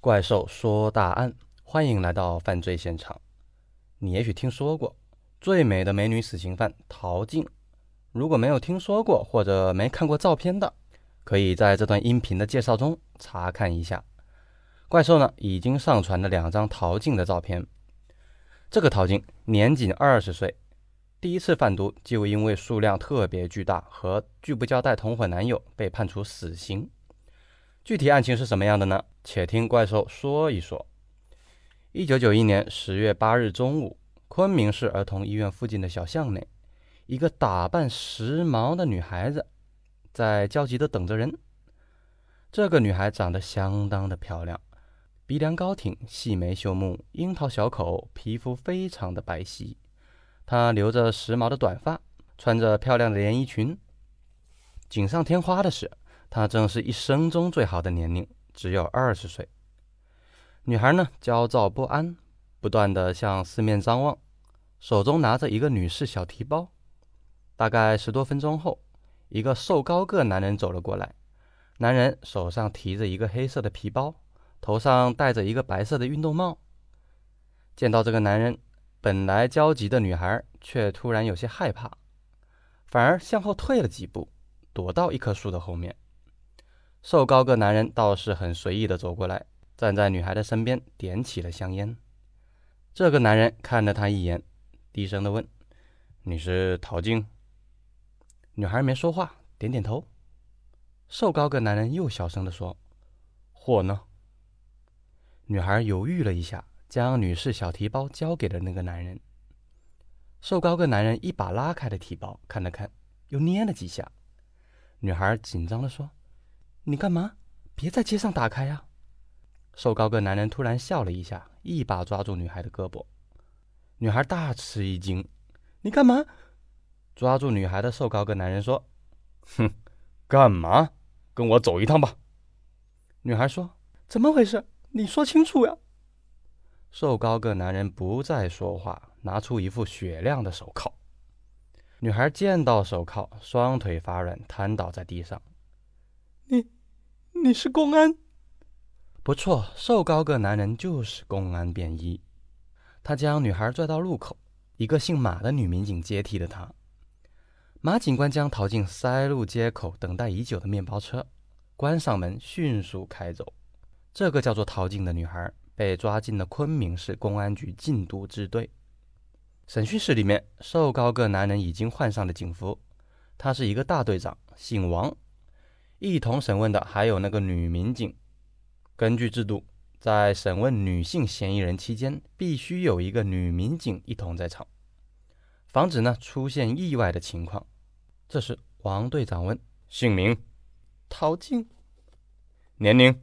怪兽说大案，欢迎来到犯罪现场。你也许听说过最美的美女死刑犯陶静，如果没有听说过或者没看过照片的，可以在这段音频的介绍中查看一下。怪兽呢已经上传了2张陶静的照片。这个陶静年仅20岁，第一次贩毒就因为数量特别巨大和拒不交代同伙男友被判处死刑。具体案情是什么样的呢？且听怪兽说一说。1991年10月8日中午，昆明市儿童医院附近的小巷内，一个打扮时髦的女孩子在焦急地等着人。这个女孩长得相当的漂亮，鼻梁高挺，细眉秀目，樱桃小口，皮肤非常的白皙。她留着时髦的短发，穿着漂亮的连衣裙。锦上添花的是，她正是一生中最好的年龄，只有20岁。女孩呢，焦躁不安，不断地向四面张望，手中拿着一个女士小提包。大概10多分钟后，一个瘦高个男人走了过来。男人手上提着一个黑色的皮包，头上戴着一个白色的运动帽。见到这个男人，本来焦急的女孩却突然有些害怕，反而向后退了几步，躲到一棵树的后面。瘦高个男人倒是很随意地走过来，站在女孩的身边，点起了香烟。这个男人看了她一眼，低声地问：“你是陶静？”女孩没说话，点点头。瘦高个男人又小声地说：“货呢？”女孩犹豫了一下，将女士小提包交给了那个男人。瘦高个男人一把拉开了提包，看了看，又捏了几下。女孩紧张地说：“你干嘛？别在街上打开啊！”瘦高个男人突然笑了一下，一把抓住女孩的胳膊。女孩大吃一惊：“你干嘛？”抓住女孩的瘦高个男人说：“哼，干嘛？跟我走一趟吧。”女孩说：“怎么回事？你说清楚呀！”瘦高个男人不再说话，拿出一副雪亮的手铐。女孩见到手铐，双腿发软，瘫倒在地上。你是公安？不错，瘦高个男人就是公安便衣。他将女孩拽到路口，一个姓马的女民警接替了他。马警官将陶静塞入街口等待已久的面包车，关上门，迅速开走。这个叫做陶静的女孩被抓进了昆明市公安局禁毒支队。审讯室里面，瘦高个男人已经换上了警服，他是一个大队长，姓王。一同审问的还有那个女民警。根据制度，在审问女性嫌疑人期间，必须有一个女民警一同在场，防止呢出现意外的情况。这时王队长问：“姓名？”“陶静。”“年龄？”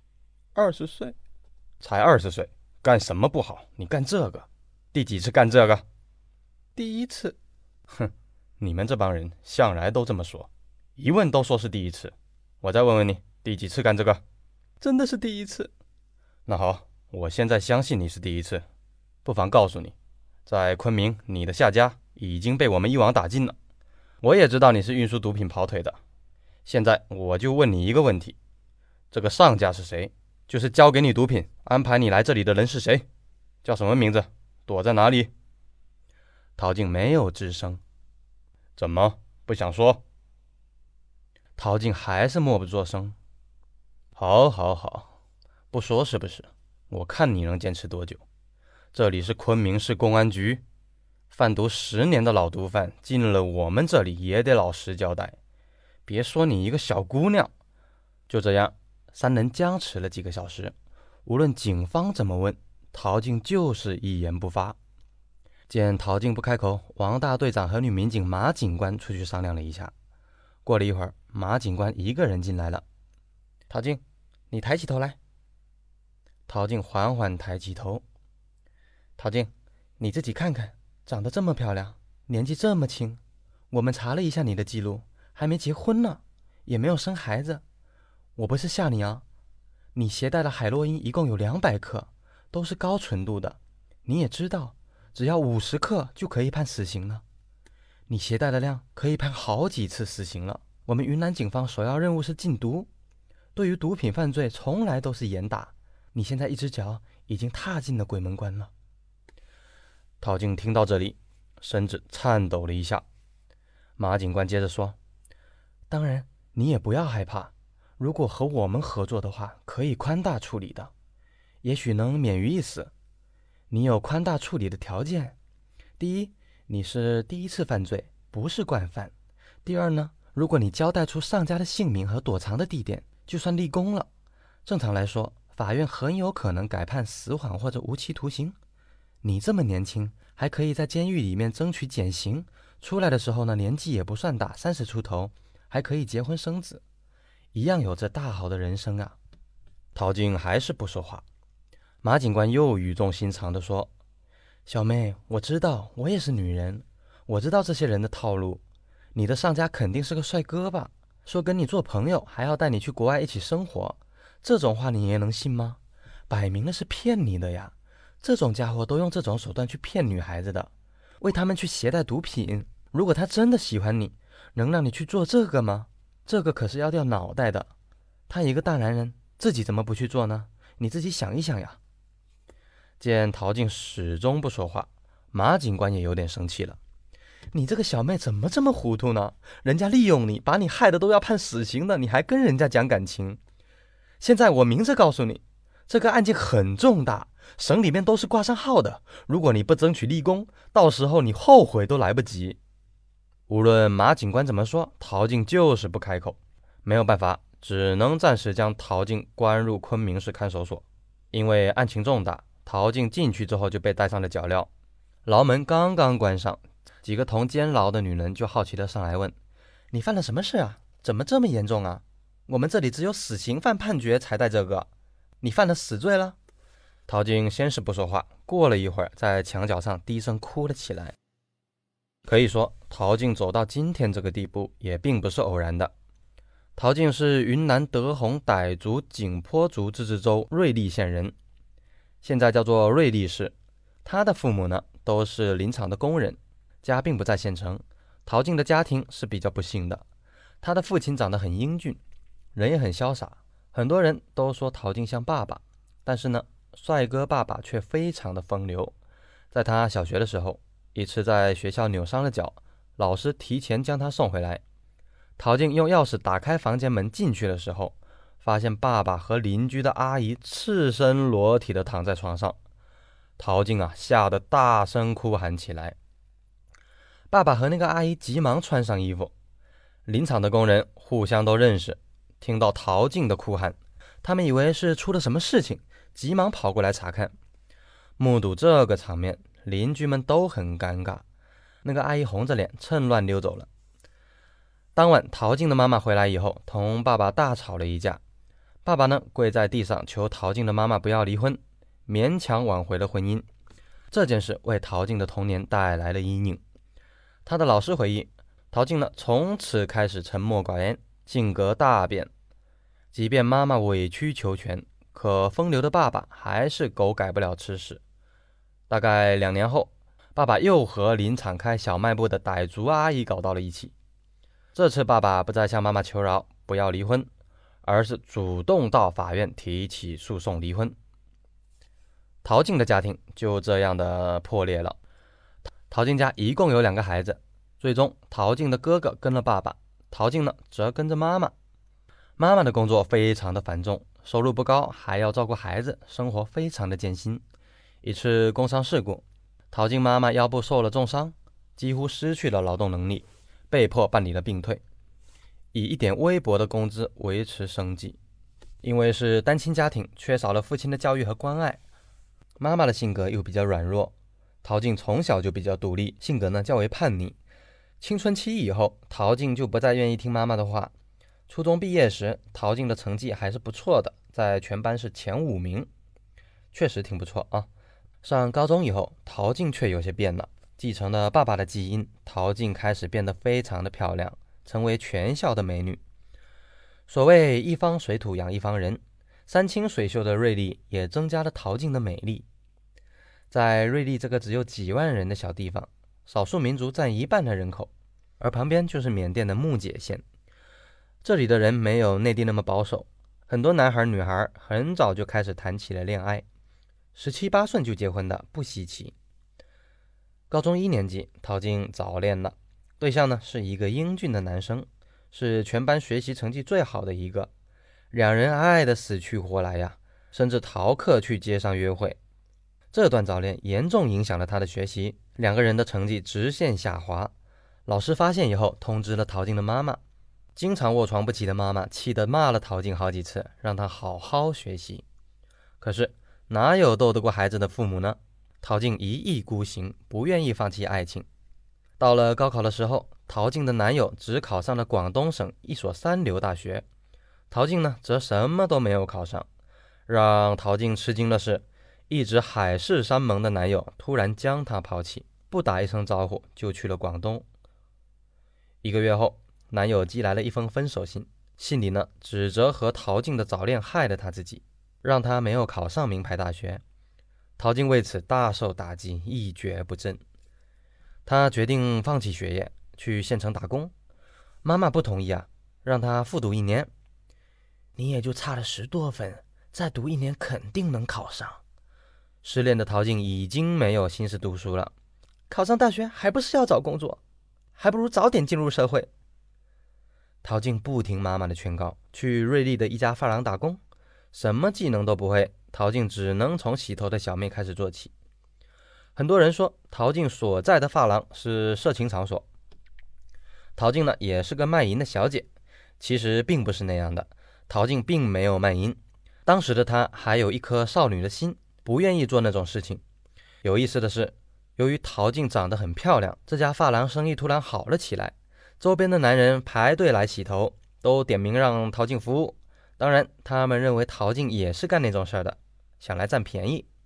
“20岁。”“才20岁，干什么不好？你干这个？第几次干这个？”“第一次。”“哼，你们这帮人向来都这么说，一问都说是第一次。我再问问你，第几次干这个？”“真的是第一次。”“那好，我现在相信你是第一次。不妨告诉你，在昆明，你的下家已经被我们一网打尽了。我也知道你是运输毒品跑腿的。现在我就问你一个问题，这个上家是谁？就是交给你毒品，安排你来这里的人是谁？叫什么名字？躲在哪里？”陶静没有吱声。“怎么不想说？”陶静还是默不作声。“好，不说是不是？我看你能坚持多久。这里是昆明市公安局，贩毒10年的老毒贩进了我们这里也得老实交代。别说你一个小姑娘。”就这样，3人僵持了几个小时，无论警方怎么问，陶静就是一言不发。见陶静不开口，王大队长和女民警马警官出去商量了一下。过了一会儿，马警官一个人进来了。“陶静，你抬起头来。”陶静缓缓抬起头。“陶静，你自己看看，长得这么漂亮，年纪这么轻，我们查了一下你的记录，还没结婚呢，也没有生孩子。我不是吓你啊，你携带的海洛因一共有200克，都是高纯度的。你也知道，只要50克就可以判死刑了。你携带的量可以判好几次死刑了。我们云南警方首要任务是禁毒，对于毒品犯罪从来都是严打， 你现在一只脚已经踏进了鬼门关了。陶静听到这里，身子颤抖了一下。马警官接着说：当然，你也不要害怕，如果和我们合作的话，可以宽大处理的，也许能免于一死。你有宽大处理的条件：第一，你是第一次犯罪，不是惯犯；第二呢，如果你交代出上家的姓名和躲藏的地点，就算立功了。正常来说，法院很有可能改判死缓或者无期徒刑。你这么年轻，还可以在监狱里面争取减刑，出来的时候呢，年纪也不算大，30出头，还可以结婚生子，一样有着大好的人生啊。陶静还是不说话。马警官又语重心长地说：小妹，我知道，我也是女人，我知道这些人的套路。你的上家肯定是个帅哥吧？说跟你做朋友，还要带你去国外一起生活，这种话你也能信吗？摆明了是骗你的呀！这种家伙都用这种手段去骗女孩子的，为他们去携带毒品。如果他真的喜欢你，能让你去做这个吗？这个可是要掉脑袋的。他一个大男人，自己怎么不去做呢？你自己想一想呀。见陶静始终不说话，马警官也有点生气了。你这个小妹怎么这么糊涂呢？人家利用你，把你害得都要判死刑的，你还跟人家讲感情。现在我明着告诉你，这个案件很重大，省里面都是挂上号的，如果你不争取立功，到时候你后悔都来不及。无论马警官怎么说，陶静就是不开口。没有办法，只能暂时将陶静关入昆明市看守所。因为案情重大，陶静进去之后就被戴上了脚镣。牢门刚刚关上，几个同监牢的女人就好奇地上来问：你犯了什么事啊？怎么这么严重啊？我们这里只有死刑犯判决才带这个，你犯了死罪了？陶静先是不说话，过了一会儿，在墙角上低声哭了起来。可以说，陶静走到今天这个地步也并不是偶然的。陶静是云南德宏傣族景颇族自治州瑞丽县人，现在叫做瑞丽市。他的父母呢，都是林场的工人，家并不在县城。陶静的家庭是比较不幸的，他的父亲长得很英俊，人也很潇洒，很多人都说陶静像爸爸，但是呢，帅哥爸爸却非常的风流。在他小学的时候，一次在学校扭伤了脚，老师提前将他送回来。陶静用钥匙打开房间门进去的时候，发现爸爸和邻居的阿姨赤身裸体的躺在床上。陶静吓得大声哭喊起来。爸爸和那个阿姨急忙穿上衣服。林场的工人互相都认识，听到陶静的哭喊，他们以为是出了什么事情，急忙跑过来查看。目睹这个场面，邻居们都很尴尬。那个阿姨红着脸趁乱溜走了。当晚陶静的妈妈回来以后，同爸爸大吵了一架。爸爸呢，跪在地上求陶静的妈妈不要离婚，勉强挽回了婚姻。这件事为陶静的童年带来了阴影。他的老师回忆，陶静呢，从此开始沉默寡言，性格大变。即便妈妈委曲求全，可风流的爸爸还是狗改不了吃屎。大概2年后，爸爸又和林场开小卖部的傣族阿姨搞到了一起。这次爸爸不再向妈妈求饶，不要离婚，而是主动到法院提起诉讼离婚。陶静的家庭就这样的破裂了。陶静家一共有2个孩子，最终陶静的哥哥跟了爸爸，陶静呢则跟着妈妈。妈妈的工作非常的繁重，收入不高，还要照顾孩子，生活非常的艰辛。一次工伤事故，陶静妈妈腰部受了重伤，几乎失去了劳动能力，被迫办理了病退，以一点微薄的工资维持生计。因为是单亲家庭，缺少了父亲的教育和关爱，妈妈的性格又比较软弱，陶静从小就比较独立，性格呢较为叛逆。青春期以后，陶静就不再愿意听妈妈的话。初中毕业时，陶静的成绩还是不错的，在全班是前5名，确实挺不错啊。上高中以后，陶静却有些变了，继承了爸爸的基因，陶静开始变得非常的漂亮，成为全校的美女。所谓一方水土养一方人，山清水秀的瑞丽也增加了陶静的美丽。在瑞丽这个只有几万人的小地方，少数民族占1半的人口，而旁边就是缅甸的木姐县。这里的人没有内地那么保守， 很多男孩女孩很早就开始谈起了恋爱，17、8岁就结婚的不稀奇。高中1年级，陶静早恋了，对象呢是一个英俊的男生，是全班学习成绩最好的一个，两人爱得死去活来呀，甚至逃课去街上约会。这段早恋严重影响了他的学习，两个人的成绩直线下滑。老师发现以后，通知了陶静的妈妈。经常卧床不起的妈妈气得骂了陶静好几次，让她好好学习。可是哪有斗得过孩子的父母呢？陶静一意孤行，不愿意放弃爱情。到了高考的时候，陶静的男友只考上了广东省一所3流大学，陶静呢则什么都没有考上。让陶静吃惊的是，一直海誓山盟的男友突然将她抛弃，不打一声招呼就去了广东。1个月后，男友寄来了一封分手信，信里呢指责和陶静的早恋害了他自己，让他没有考上名牌大学。陶静为此大受打击，一蹶不振。他决定放弃学业，去县城打工。妈妈不同意啊，让他复读1年。你也就差了10多分，再读1年肯定能考上。失恋的陶静已经没有心思读书了，考上大学还不是要找工作，还不如早点进入社会。陶静不听妈妈的劝告，去瑞丽的一家发廊打工，什么技能都不会，陶静只能从洗头的小妹开始做起。很多人说陶静所在的发廊是色情场所，陶静呢也是个卖淫的小姐，其实并不是那样的，陶静并没有卖淫，当时的她还有一颗少女的心，不愿意做那种事情。有意思的是，由于陶静长得很漂亮，这家发廊生意突然好了起来，周边的男人排队来洗头，都点名让陶静服务。当然他们认为陶静也是干那种事儿的，想来占便宜。